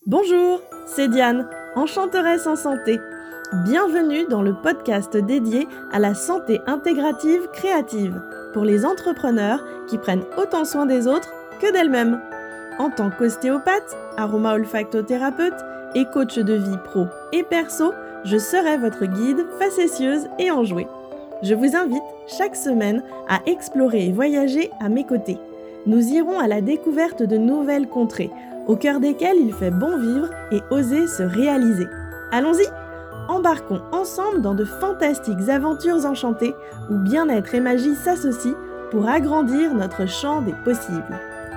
Bonjour, c'est Diane, enchanteresse en santé. Bienvenue dans le podcast dédié à la santé intégrative créative pour les entrepreneurs qui prennent autant soin des autres que d'elles-mêmes. En tant qu'ostéopathe, aroma-olfactothérapeute et coach de vie pro et perso, je serai votre guide facétieuse et enjouée. Je vous invite chaque semaine à explorer et voyager à mes côtés. Nous irons à la découverte de nouvelles contrées, au cœur desquelles il fait bon vivre et oser se réaliser. Allons-y! Embarquons ensemble dans de fantastiques aventures enchantées où bien-être et magie s'associent pour agrandir notre champ des possibles.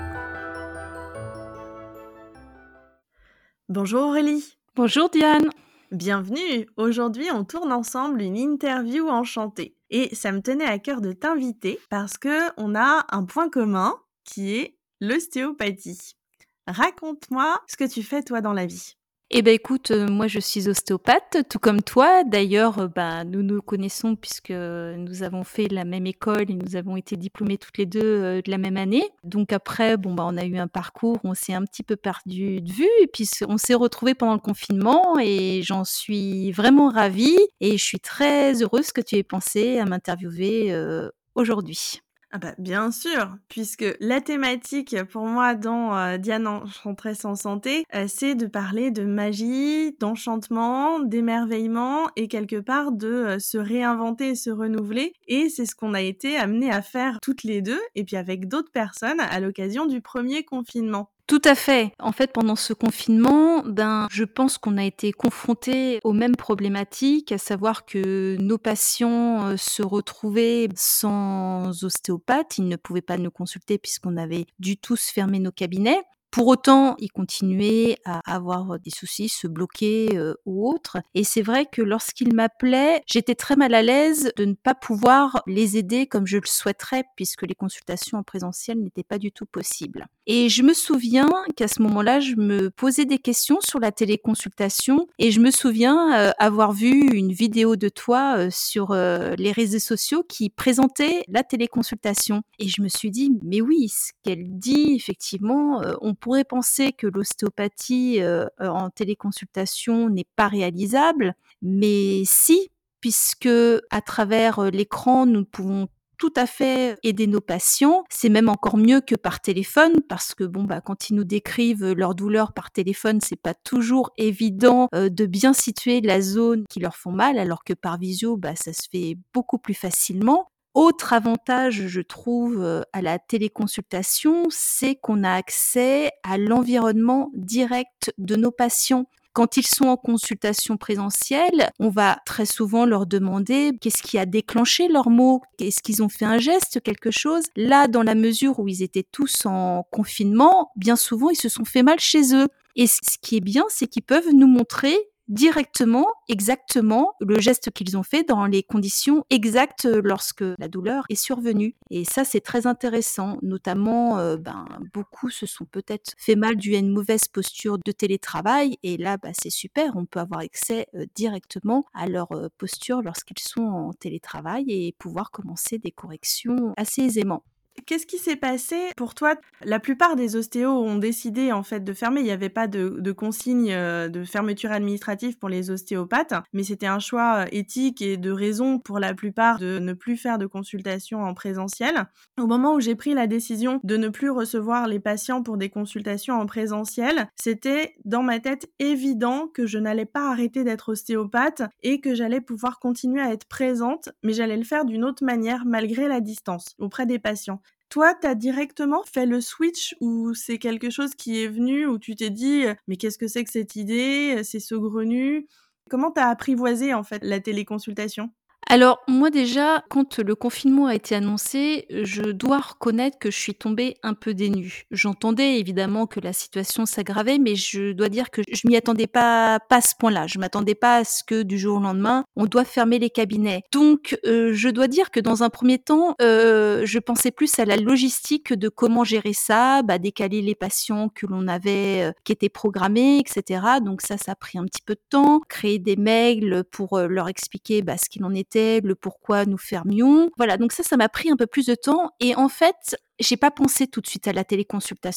Bonjour Aurélie! Bonjour Diane! Bienvenue! Aujourd'hui, on tourne ensemble une interview enchantée. Et ça me tenait à cœur de t'inviter parce qu'on a un point commun qui est l'ostéopathie. Raconte-moi ce que tu fais toi dans la vie. Eh ben écoute, moi je suis ostéopathe, tout comme toi. D'ailleurs, nous nous connaissons puisque nous avons fait la même école et nous avons été diplômées toutes les deux de la même année. Donc après, on a eu un parcours, on s'est un petit peu perdu de vue et puis on s'est retrouvés pendant le confinement et j'en suis vraiment ravie et je suis très heureuse que tu aies pensé à m'interviewer aujourd'hui. Ah bah, bien sûr, puisque la thématique pour moi dans Diane Enchanteresse en santé, c'est de parler de magie, d'enchantement, d'émerveillement et quelque part de se réinventer et se renouveler. Et c'est ce qu'on a été amenées à faire toutes les deux et puis avec d'autres personnes à l'occasion du premier confinement. Tout à fait. En fait, pendant ce confinement, je pense qu'on a été confrontés aux mêmes problématiques, à savoir que nos patients se retrouvaient sans ostéopathe. Ils ne pouvaient pas nous consulter puisqu'on avait dû tous fermer nos cabinets. Pour autant, ils continuaient à avoir des soucis, se bloquer ou autre. Et c'est vrai que lorsqu'ils m'appelaient, j'étais très mal à l'aise de ne pas pouvoir les aider comme je le souhaiterais puisque les consultations en présentiel n'étaient pas du tout possibles. Et je me souviens qu'à ce moment-là, je me posais des questions sur la téléconsultation et je me souviens avoir vu une vidéo de toi sur les réseaux sociaux qui présentait la téléconsultation. Et je me suis dit, mais oui, ce qu'elle dit, effectivement, on pourrait penser que l'ostéopathie en téléconsultation n'est pas réalisable, mais si, puisque à travers l'écran, nous pouvons tout à fait aider nos patients. C'est même encore mieux que par téléphone parce que quand ils nous décrivent leur douleur par téléphone, c'est pas toujours évident de bien situer la zone qui leur font mal, alors que par visio, ça se fait beaucoup plus facilement. Autre avantage, je trouve, à la téléconsultation, c'est qu'on a accès à l'environnement direct de nos patients. Quand ils sont en consultation présentielle, on va très souvent leur demander qu'est-ce qui a déclenché leurs maux, est-ce qu'ils ont fait un geste, quelque chose. Là, dans la mesure où ils étaient tous en confinement, bien souvent, ils se sont fait mal chez eux. Et ce qui est bien, c'est qu'ils peuvent nous montrer directement, exactement, le geste qu'ils ont fait dans les conditions exactes lorsque la douleur est survenue. Et ça, c'est très intéressant. Notamment, beaucoup se sont peut-être fait mal dû à une mauvaise posture de télétravail. Et là, c'est super. On peut avoir accès directement à leur posture lorsqu'ils sont en télétravail et pouvoir commencer des corrections assez aisément. Qu'est-ce qui s'est passé pour toi? La plupart des ostéos ont décidé en fait de fermer. Il n'y avait pas de consigne de fermeture administrative pour les ostéopathes, mais c'était un choix éthique et de raison pour la plupart de ne plus faire de consultations en présentiel. Au moment où j'ai pris la décision de ne plus recevoir les patients pour des consultations en présentiel, c'était dans ma tête évident que je n'allais pas arrêter d'être ostéopathe et que j'allais pouvoir continuer à être présente, mais j'allais le faire d'une autre manière malgré la distance auprès des patients. Toi, t'as directement fait le switch ou c'est quelque chose qui est venu où tu t'es dit « mais qu'est-ce que c'est que cette idée? C'est saugrenu ?» Comment t'as apprivoisé en fait la téléconsultation? Alors moi déjà, quand le confinement a été annoncé, je dois reconnaître que je suis tombée un peu des nues. J'entendais évidemment que la situation s'aggravait, mais je dois dire que je m'y attendais pas à ce point-là. Je m'attendais pas à ce que du jour au lendemain, on doit fermer les cabinets. Donc je dois dire que dans un premier temps, je pensais plus à la logistique de comment gérer ça, décaler les patients que l'on avait, qui étaient programmés, etc. Donc ça a pris un petit peu de temps. Créer des mails pour leur expliquer ce qu'il en était, le pourquoi nous fermions. Voilà, donc ça m'a pris un peu plus de temps et en fait, j'ai pas pensé tout de suite à la téléconsultation.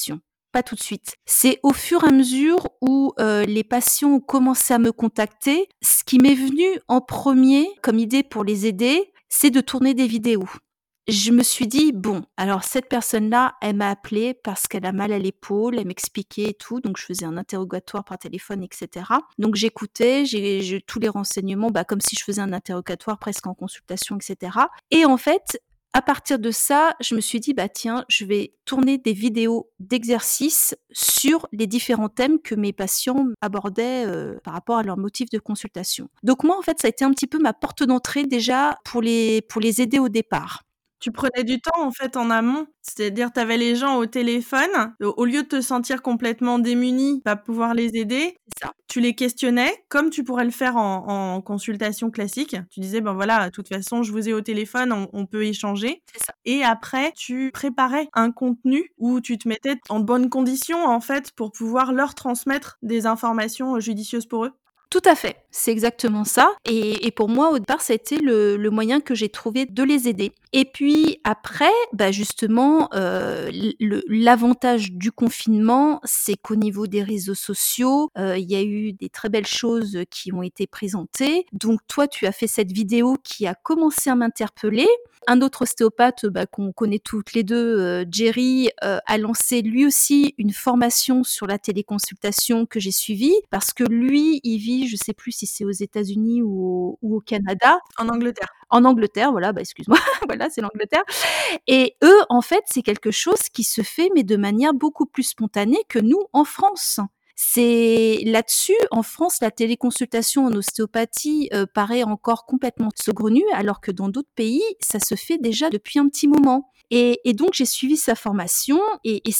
pas tout de suite. C'est au fur et à mesure où les patients ont commencé à me contacter, ce qui m'est venu en premier comme idée pour les aider, c'est de tourner des vidéos. Je me suis dit: «Bon, alors cette personne-là, elle m'a appelée parce qu'elle a mal à l'épaule», elle m'expliquait et tout, donc je faisais un interrogatoire par téléphone et cetera. Donc j'écoutais, j'ai tous les renseignements, comme si je faisais un interrogatoire presque en consultation et cetera. Et en fait, à partir de ça, je me suis dit: «Bah tiens, je vais tourner des vidéos d'exercices sur les différents thèmes que mes patients abordaient, par rapport à leurs motifs de consultation». Donc moi, en fait, ça a été un petit peu ma porte d'entrée déjà pour les aider au départ. Tu prenais du temps, en fait, en amont? C'est-à-dire, tu avais les gens au téléphone, au lieu de te sentir complètement démuni, pas pouvoir les aider, C'est ça, tu les questionnais comme tu pourrais le faire en consultation classique. Tu disais: «Ben, voilà, de toute façon, je vous ai au téléphone, on peut échanger» c'est ça. et après tu préparais un contenu où tu te mettais en bonnes conditions, en fait, pour pouvoir leur transmettre des informations, judicieuses pour eux? Tout à fait, c'est exactement ça et pour moi, au départ, ça a été le moyen que j'ai trouvé de les aider et puis après, justement, l'avantage du confinement, c'est qu'au niveau des réseaux sociaux, il y a eu des très belles choses qui ont été présentées. Donc toi, tu as fait cette vidéo qui a commencé à m'interpeller. Un autre ostéopathe, qu'on connaît toutes les 2, Jerry, a lancé lui aussi une formation sur la téléconsultation que j'ai suivie parce que lui, il vit, je sais plus si c'est aux États-Unis ou au Canada. En Angleterre. En Angleterre, voilà, excuse-moi, voilà, c'est l'Angleterre et eux, en fait, c'est quelque chose qui se fait, mais de manière beaucoup plus spontanée que nous en France. C'est là-dessus, en France, la téléconsultation en ostéopathie, paraît encore complètement saugrenue, alors que dans d'autres pays, ça se fait déjà depuis un petit moment. Et donc j'ai suivi sa formation et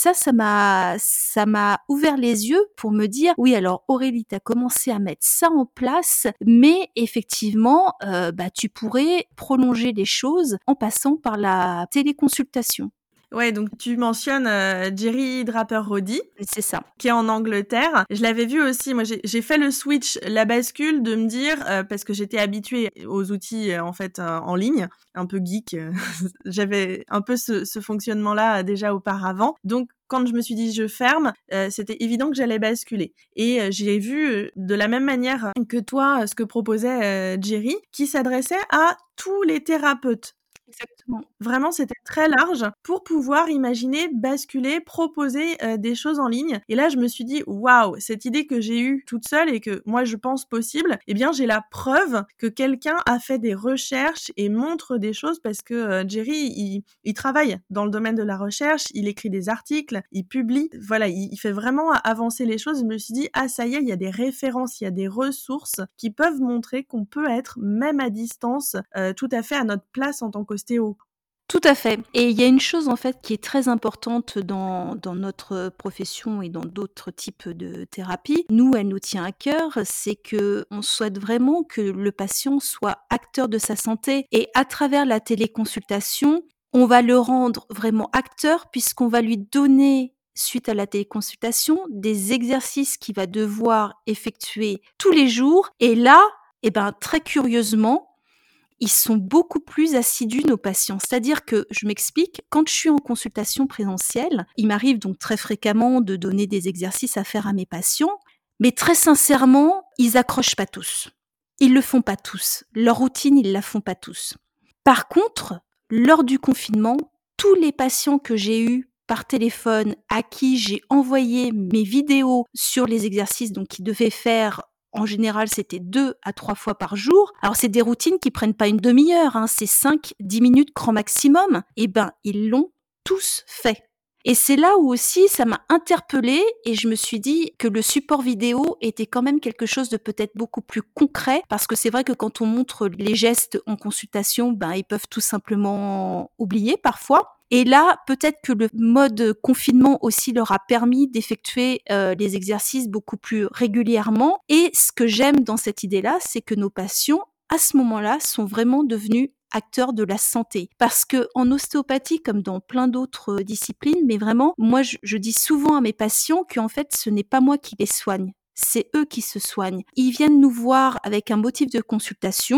ça m'a ouvert les yeux pour me dire: «Oui, alors Aurélie, tu as commencé à mettre ça en place, mais effectivement, tu pourrais prolonger les choses en passant par la téléconsultation». Ouais, donc tu mentionnes, Jerry Draper Roddy, C'est ça. qui est en Angleterre. Je l'avais vu aussi, moi j'ai fait le switch, la bascule de me dire, parce que j'étais habituée aux outils, en fait, en ligne, un peu geek, j'avais un peu ce fonctionnement-là, déjà auparavant. Donc quand je me suis dit: «Je ferme», c'était évident que j'allais basculer et j'ai vu, de la même manière que toi, ce que proposait, Jerry, qui s'adressait à tous les thérapeutes. Exactement. Vraiment, c'était très large pour pouvoir imaginer, basculer, proposer, des choses en ligne et là, je me suis dit: «Waouh, cette idée que j'ai eue toute seule et que moi je pense possible, eh bien, j'ai la preuve que quelqu'un a fait des recherches et montre des choses» parce que, Jerry, il travaille dans le domaine de la recherche, il écrit des articles, il publie, voilà, il fait vraiment avancer les choses. Je me suis dit: «Ah ça y est, il y a des références, il y a des ressources qui peuvent montrer qu'on peut être, même à distance, tout à fait à notre place en tant qu'ostéo». Tout à fait et il y a une chose, en fait, qui est très importante dans notre profession et dans d'autres types de thérapies. Nous, elle nous tient à cœur, c'est qu'on souhaite vraiment que le patient soit acteur de sa santé et à travers la téléconsultation, on va le rendre vraiment acteur puisqu'on va lui donner, suite à la téléconsultation, des exercices qu'il va devoir effectuer tous les jours et là, très curieusement, ils sont beaucoup plus assidus, nos patients. C'est-à-dire que, je m'explique, quand je suis en consultation présentielle, il m'arrive donc très fréquemment de donner des exercices à faire à mes patients, mais très sincèrement, ils accrochent pas tous. Ils le font pas tous. Leur routine, ils la font pas tous. Par contre, lors du confinement, tous les patients que j'ai eus par téléphone, à qui j'ai envoyé mes vidéos sur les exercices donc qu'ils devaient faire, en général, c'était 2 à 3 fois par jour. Alors c'est des routines qui prennent pas une demi-heure, hein, c'est 5-10 minutes grand maximum. Ils l'ont tous fait. Et c'est là où aussi ça m'a interpellée et je me suis dit que le support vidéo était quand même quelque chose de peut-être beaucoup plus concret parce que c'est vrai que quand on montre les gestes en consultation, ils peuvent tout simplement oublier parfois. Et là, peut-être que le mode confinement aussi leur a permis d'effectuer, les exercices beaucoup plus régulièrement et ce que j'aime dans cette idée-là, c'est que nos patients, à ce moment-là, sont vraiment devenus acteurs de la santé. Parce que en ostéopathie, comme dans plein d'autres disciplines, mais vraiment, moi, je dis souvent à mes patients qu'en fait, ce n'est pas moi qui les soigne, c'est eux qui se soignent. Ils viennent nous voir avec un motif de consultation.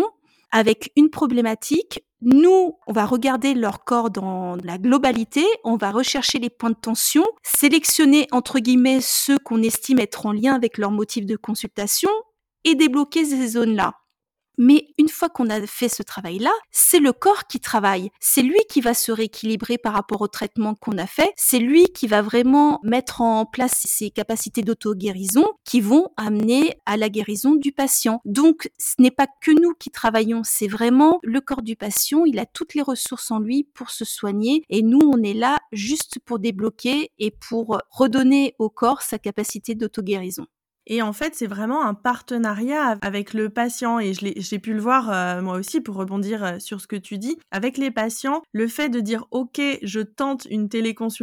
avec une problématique. Nous, on va regarder leur corps dans la globalité, on va rechercher les points de tension, sélectionner entre guillemets ceux qu'on estime être en lien avec leur motif de consultation et débloquer ces zones-là. Mais une fois qu'on a fait ce travail-là, c'est le corps qui travaille. C'est lui qui va se rééquilibrer par rapport au traitement qu'on a fait. C'est lui qui va vraiment mettre en place ses capacités d'auto-guérison qui vont amener à la guérison du patient. Donc, ce n'est pas que nous qui travaillons, c'est vraiment le corps du patient. Il a toutes les ressources en lui pour se soigner et nous, on est là juste pour débloquer et pour redonner au corps sa capacité d'auto-guérison. Et en fait, c'est vraiment un partenariat avec le patient et j'ai pu le voir moi aussi pour rebondir sur ce que tu dis. Avec les patients, le fait de dire « Ok, je tente une téléconsultation »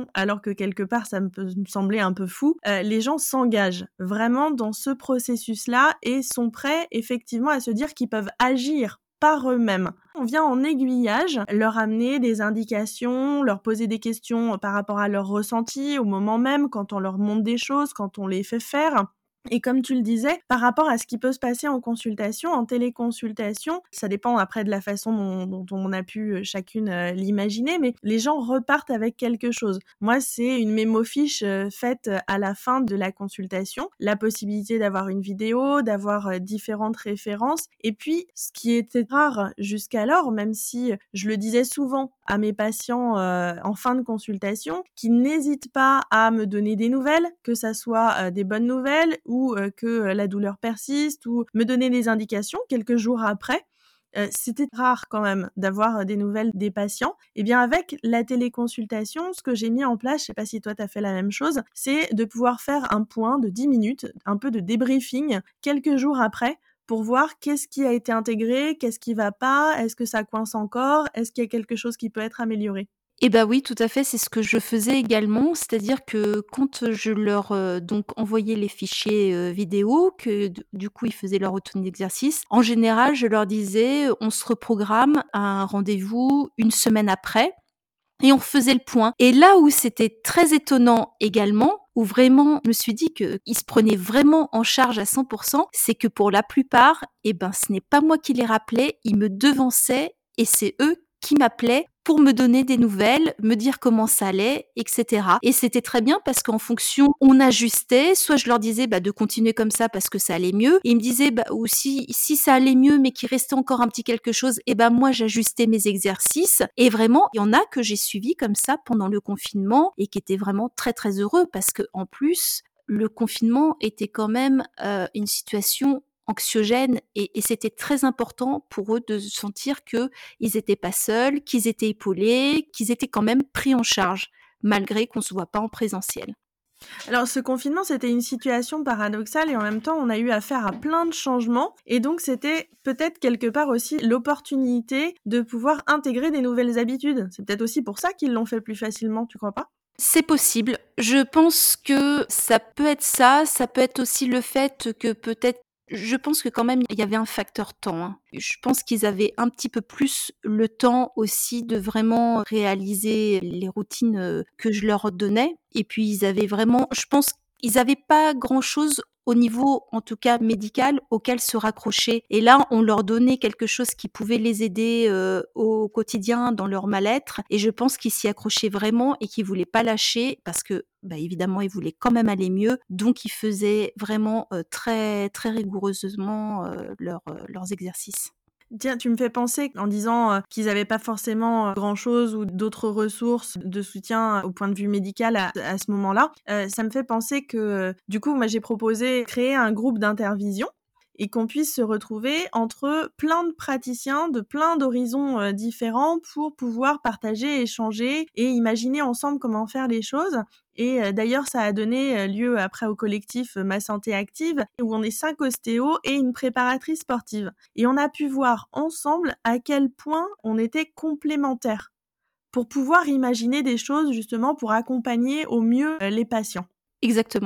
alors que quelque part ça peut me sembler un peu fou, les gens s'engagent vraiment dans ce processus-là et sont prêts effectivement à se dire qu'ils peuvent agir par eux-mêmes. On vient en aiguillage, leur amener des indications, leur poser des questions par rapport à leur ressenti au moment même, quand on leur montre des choses, quand on les fait faire. Et comme tu le disais, par rapport à ce qui peut se passer en consultation, en téléconsultation, ça dépend après de la façon dont on a pu chacune l'imaginer, mais les gens repartent avec quelque chose. Moi, c'est une mémo-fiche faite à la fin de la consultation, la possibilité d'avoir une vidéo, d'avoir différentes références, et puis ce qui était rare jusqu'alors, même si je le disais souvent à mes patients en fin de consultation, qui n'hésitent pas à me donner des nouvelles, que ça soit des bonnes nouvelles ou que la douleur persiste ou me donner des indications quelques jours après. C'était rare quand même d'avoir des nouvelles des patients. Et bien avec la téléconsultation, ce que j'ai mis en place, je sais pas si toi t'as fait la même chose, c'est de pouvoir faire un point de 10 minutes, un peu de débriefing quelques jours après pour voir qu'est-ce qui a été intégré, qu'est-ce qui va pas, est-ce que ça coince encore, est-ce qu'il y a quelque chose qui peut être amélioré. Eh ben oui, tout à fait, c'est ce que je faisais également. C'est-à-dire que quand je leur, donc envoyais les fichiers, vidéo, que du coup, ils faisaient leur routine d'exercice, en général, je leur disais: «On se reprogramme un rendez-vous une semaine après» et on faisait le point. Et là où c'était très étonnant également, où vraiment je me suis dit qu'ils se prenaient vraiment en charge à 100 c'est que pour la plupart, eh ben, ce n'est pas moi qui les rappelais, ils me devançaient et c'est eux qui m'appelaient pour me donner des nouvelles, me dire comment ça allait, etc. Et c'était très bien parce qu'en fonction, on ajustait. Soit je leur disais de continuer comme ça parce que ça allait mieux. Et ils me disaient ou si ça allait mieux mais qu'il restait encore un petit quelque chose, moi j'ajustais mes exercices. Et vraiment, il y en a que j'ai suivis comme ça pendant le confinement et qui étaient vraiment très très heureux parce que en plus, le confinement était quand même une situation anxiogène et c'était très important pour eux de sentir qu'ils n'étaient pas seuls, qu'ils étaient épaulés, qu'ils étaient quand même pris en charge, malgré qu'on ne se voit pas en présentiel. Alors ce confinement, c'était une situation paradoxale et en même temps, on a eu affaire à plein de changements et donc c'était peut-être quelque part aussi l'opportunité de pouvoir intégrer des nouvelles habitudes. C'est peut-être aussi pour ça qu'ils l'ont fait plus facilement, tu crois pas ? C'est possible. Je pense que ça peut être ça peut être aussi le fait que peut-être je pense que quand même il y avait un facteur temps, hein. Je pense qu'ils avaient un petit peu plus le temps aussi de vraiment réaliser les routines, que je leur donnais et puis ils avaient vraiment je pense ils avaient pas grand-chose au niveau, en tout cas médical, auquel se raccrocher et là, on leur donnait quelque chose qui pouvait les aider, au quotidien dans leur mal-être et je pense qu'ils s'y accrochaient vraiment et qu'ils voulaient pas lâcher parce que, évidemment, ils voulaient quand même aller mieux donc ils faisaient vraiment, très, très rigoureusement, leurs exercices. Tiens, tu me fais penser en disant qu'ils n'avaient pas forcément grand-chose ou d'autres ressources de soutien au point de vue médical à ce moment-là. Ça me fait penser que du coup, moi j'ai proposé créer un groupe d'intervision et qu'on puisse se retrouver entre plein de praticiens de plein d'horizons différents pour pouvoir partager, échanger et imaginer ensemble comment faire les choses. Et d'ailleurs, ça a donné lieu après au collectif Ma Santé Active, où on est 5 ostéos et une préparatrice sportive. Et on a pu voir ensemble à quel point on était complémentaires pour pouvoir imaginer des choses justement pour accompagner au mieux les patients. Exactement.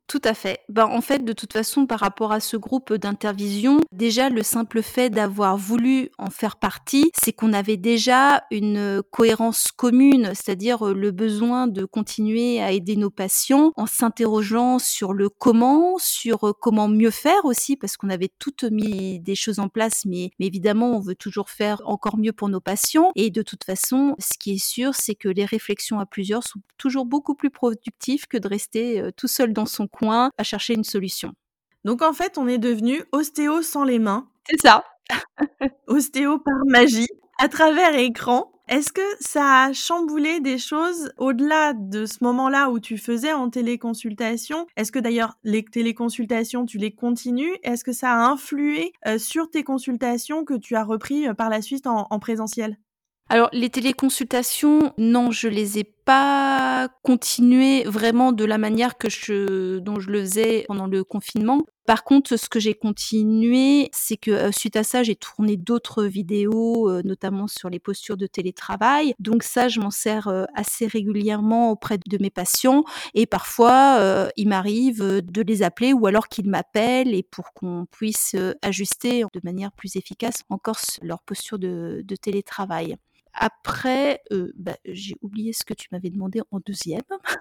Tout à fait. Ben, en fait, de toute façon, par rapport à ce groupe d'intervision, déjà, le simple fait d'avoir voulu en faire partie, c'est qu'on avait déjà une cohérence commune, c'est-à-dire le besoin de continuer à aider nos patients en s'interrogeant sur le comment, sur comment mieux faire aussi, parce qu'on avait toutes mis des choses en place, mais évidemment, on veut toujours faire encore mieux pour nos patients. Et de toute façon, ce qui est sûr, c'est que les réflexions à plusieurs sont toujours beaucoup plus productives que de rester tout seul dans son coin à chercher une solution. Donc en fait, on est devenu ostéo sans les mains, C'est ça. ostéo par magie, à travers écran. Est-ce que ça a chamboulé des choses au-delà de ce moment-là où tu faisais en téléconsultation? Est-ce que d'ailleurs les téléconsultations, tu les continues? Est-ce que ça a influé sur tes consultations que tu as repris par la suite en présentiel? Alors les téléconsultations, non, je les ai pas continuées vraiment de la manière dont je le faisais pendant le confinement. Par contre, ce que j'ai continué, c'est que, suite à ça, j'ai tourné d'autres vidéos, notamment sur les postures de télétravail. Donc ça, je m'en sers, assez régulièrement auprès de mes patients et parfois, il m'arrive, de les appeler ou alors qu'ils m'appellent et pour qu'on puisse, ajuster de manière plus efficace encore leur posture de télétravail. Après, j'ai oublié ce que tu m'avais demandé en deuxième.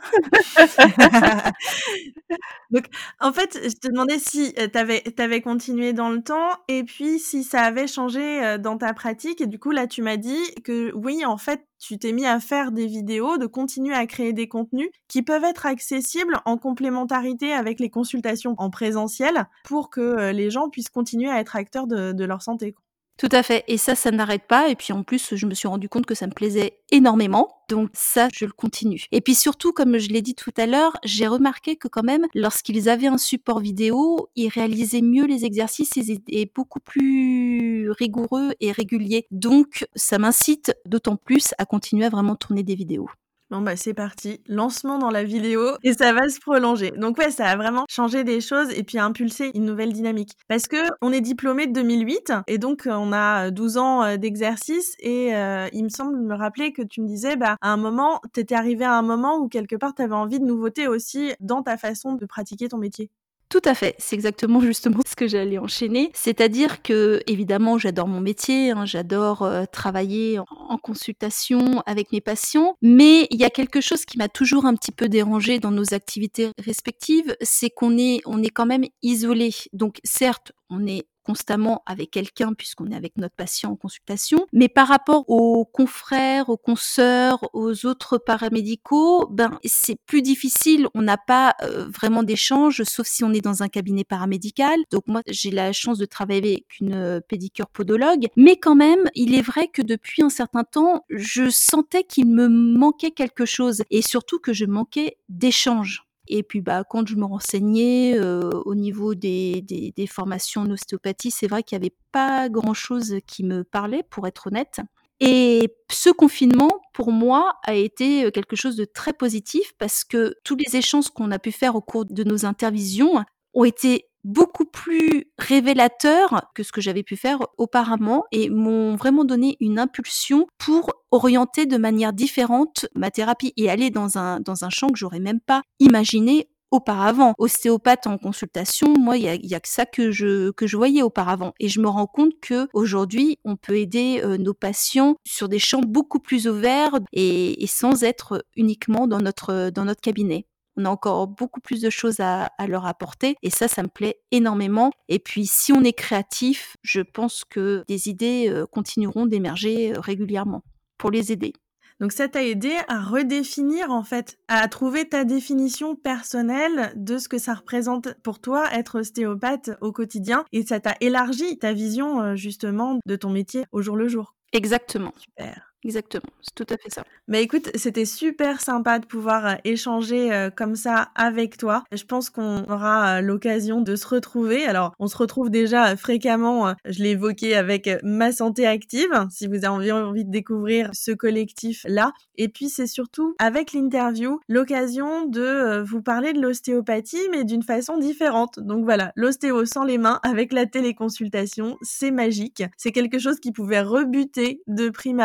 Donc, en fait, je te demandais si, tu avais continué dans le temps et puis si ça avait changé, dans ta pratique et du coup, là, tu m'as dit que oui, en fait, tu t'es mis à faire des vidéos, de continuer à créer des contenus qui peuvent être accessibles en complémentarité avec les consultations en présentiel pour que, les gens puissent continuer à être acteurs de leur santé, quoi. Tout à fait et ça n'arrête pas et puis en plus, je me suis rendu compte que ça me plaisait énormément, donc ça, je le continue et puis surtout, comme je l'ai dit tout à l'heure, j'ai remarqué que quand même, lorsqu'ils avaient un support vidéo, ils réalisaient mieux les exercices, ils étaient beaucoup plus rigoureux et réguliers, donc ça m'incite d'autant plus à continuer à vraiment tourner des vidéos. Bon, bah, c'est parti, lancement dans la vidéo et ça va se prolonger. Donc ouais, ça a vraiment changé des choses et puis impulsé une nouvelle dynamique. Parce qu'on est diplômés de 2008 et donc on a 12 ans, d'exercice et il me semble me rappeler que tu me disais, bah, à un moment, tu étais arrivée à un moment où quelque part tu avais envie de nouveauté aussi dans ta façon de pratiquer ton métier. Tout à fait, c'est exactement justement ce que j'allais enchaîner. C'est-à-dire que, évidemment, j'adore mon métier, hein, j'adore, travailler en consultation avec mes patients, mais il y a quelque chose qui m'a toujours un petit peu dérangée dans nos activités respectives, c'est qu'on est quand même isolés. Donc certes, on est constamment avec quelqu'un puisqu'on est avec notre patient en consultation, mais par rapport aux confrères, aux consoeurs, aux autres paramédicaux, ben, c'est plus difficile. On n'a pas, vraiment d'échange, sauf si on est dans un cabinet paramédical. Donc moi, j'ai la chance de travailler avec une, pédicure podologue, mais quand même, il est vrai que depuis un certain temps, je sentais qu'il me manquait quelque chose et surtout que je manquais d'échange. Et puis, bah, quand je me renseignais, au niveau des formations en ostéopathie, c'est vrai qu'il y avait pas grand-chose qui me parlait, pour être honnête. Et ce confinement, pour moi, a été, quelque chose de très positif parce que tous les échanges qu'on a pu faire au cours de nos intervisions ont été beaucoup plus révélateurs que ce que j'avais pu faire auparavant et m'ont vraiment donné une impulsion pour orienter de manière différente ma thérapie et aller dans un champ que j'aurais même pas imaginé auparavant. Ostéopathe en consultation, moi, il y a que ça que je voyais auparavant et je me rends compte qu'aujourd'hui, on peut aider, nos patients sur des champs beaucoup plus ouverts et sans être uniquement dans notre cabinet. On a encore beaucoup plus de choses à leur apporter et ça me plaît énormément et puis si on est créatif, je pense que des idées, continueront d'émerger, régulièrement pour les aider. Donc ça t'a aidé à redéfinir en fait, à trouver ta définition personnelle de ce que ça représente pour toi être ostéopathe au quotidien et ça t'a élargi ta vision, justement de ton métier au jour le jour. Exactement, Super. exactement, c'est tout à fait ça. Bah, écoute, c'était super sympa de pouvoir, échanger, comme ça avec toi. Je pense qu'on aura, l'occasion de se retrouver. Alors, on se retrouve déjà, fréquemment, je l'ai évoqué avec, Ma Santé Active, si vous avez envie de découvrir ce collectif-là. Et puis, c'est surtout avec l'interview, l'occasion de, vous parler de l'ostéopathie, mais d'une façon différente. Donc voilà, l'ostéo sans les mains avec la téléconsultation, c'est magique. C'est quelque chose qui pouvait rebuter de prime abord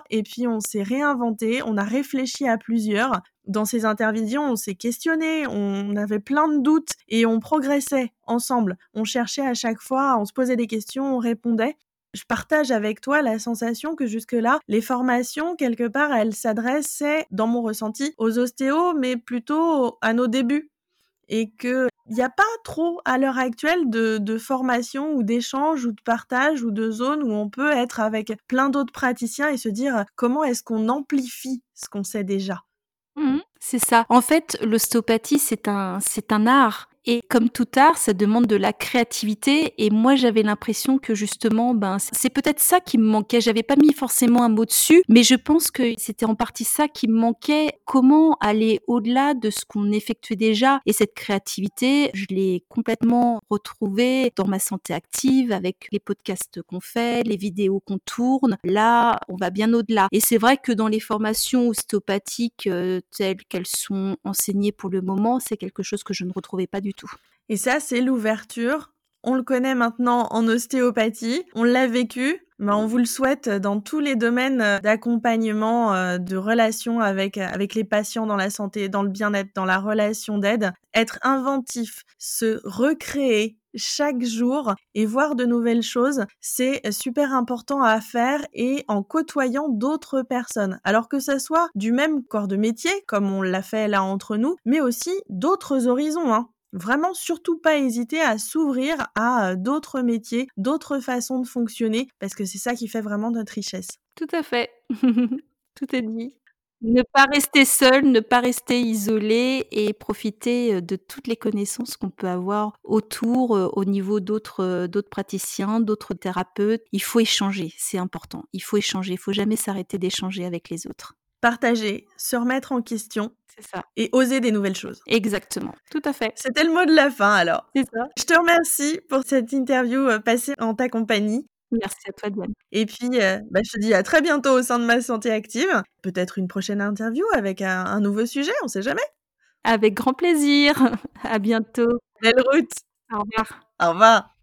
et puis on s'est réinventé, on a réfléchi à plusieurs. Dans ces interventions, on s'est questionné, on avait plein de doutes et on progressait ensemble. On cherchait à chaque fois, on se posait des questions, on répondait. Je partage avec toi la sensation que jusque-là, les formations, quelque part, elles s'adressaient, dans mon ressenti, aux ostéos, mais plutôt à nos débuts. Et qu'il n'y a pas trop, à l'heure actuelle, de formation ou d'échange ou de partage ou de zone où on peut être avec plein d'autres praticiens et se dire comment est-ce qu'on amplifie ce qu'on sait déjà. C'est ça. En fait, l'ostéopathie, c'est un art. Et comme tout art, ça demande de la créativité. Et moi, j'avais l'impression que justement, c'est peut-être ça qui me manquait. J'avais pas mis forcément un mot dessus, mais je pense que c'était en partie ça qui me manquait. Comment aller au-delà de ce qu'on effectuait déjà? Et cette créativité, je l'ai complètement retrouvée dans ma santé active avec les podcasts qu'on fait, les vidéos qu'on tourne. Là, on va bien au-delà. Et c'est vrai que dans les formations ostéopathiques telles qu'elles sont enseignées pour le moment, c'est quelque chose que je ne retrouvais pas du tout. Et ça, c'est l'ouverture. On le connaît maintenant en ostéopathie, on l'a vécu, mais on vous le souhaite dans tous les domaines d'accompagnement, de relations avec les patients dans la santé, dans le bien-être, dans la relation d'aide. Être inventif, se recréer chaque jour et voir de nouvelles choses, c'est super important à faire et en côtoyant d'autres personnes. Alors que ça soit du même corps de métier, comme on l'a fait là entre nous, mais aussi d'autres horizons, hein. Vraiment, surtout pas hésiter à s'ouvrir à d'autres métiers, d'autres façons de fonctionner, parce que c'est ça qui fait vraiment notre richesse. Tout à fait. Tout est dit. Ne pas rester seul, ne pas rester isolé et profiter, de toutes les connaissances qu'on peut avoir autour, au niveau d'autres praticiens, d'autres thérapeutes. Il faut échanger, c'est important. Il faut échanger, il faut jamais s'arrêter d'échanger avec les autres. Partager, se remettre en question C'est ça. et oser des nouvelles choses. Exactement, tout à fait. C'était le mot de la fin alors. C'est ça. Je te remercie pour cette interview passée en ta compagnie. Merci à toi, Diane. Et puis, je te dis à très bientôt au sein de Ma Santé Active. Peut-être une prochaine interview avec un nouveau sujet, on sait jamais. Avec grand plaisir. À bientôt. Belle route. Au revoir. Au revoir.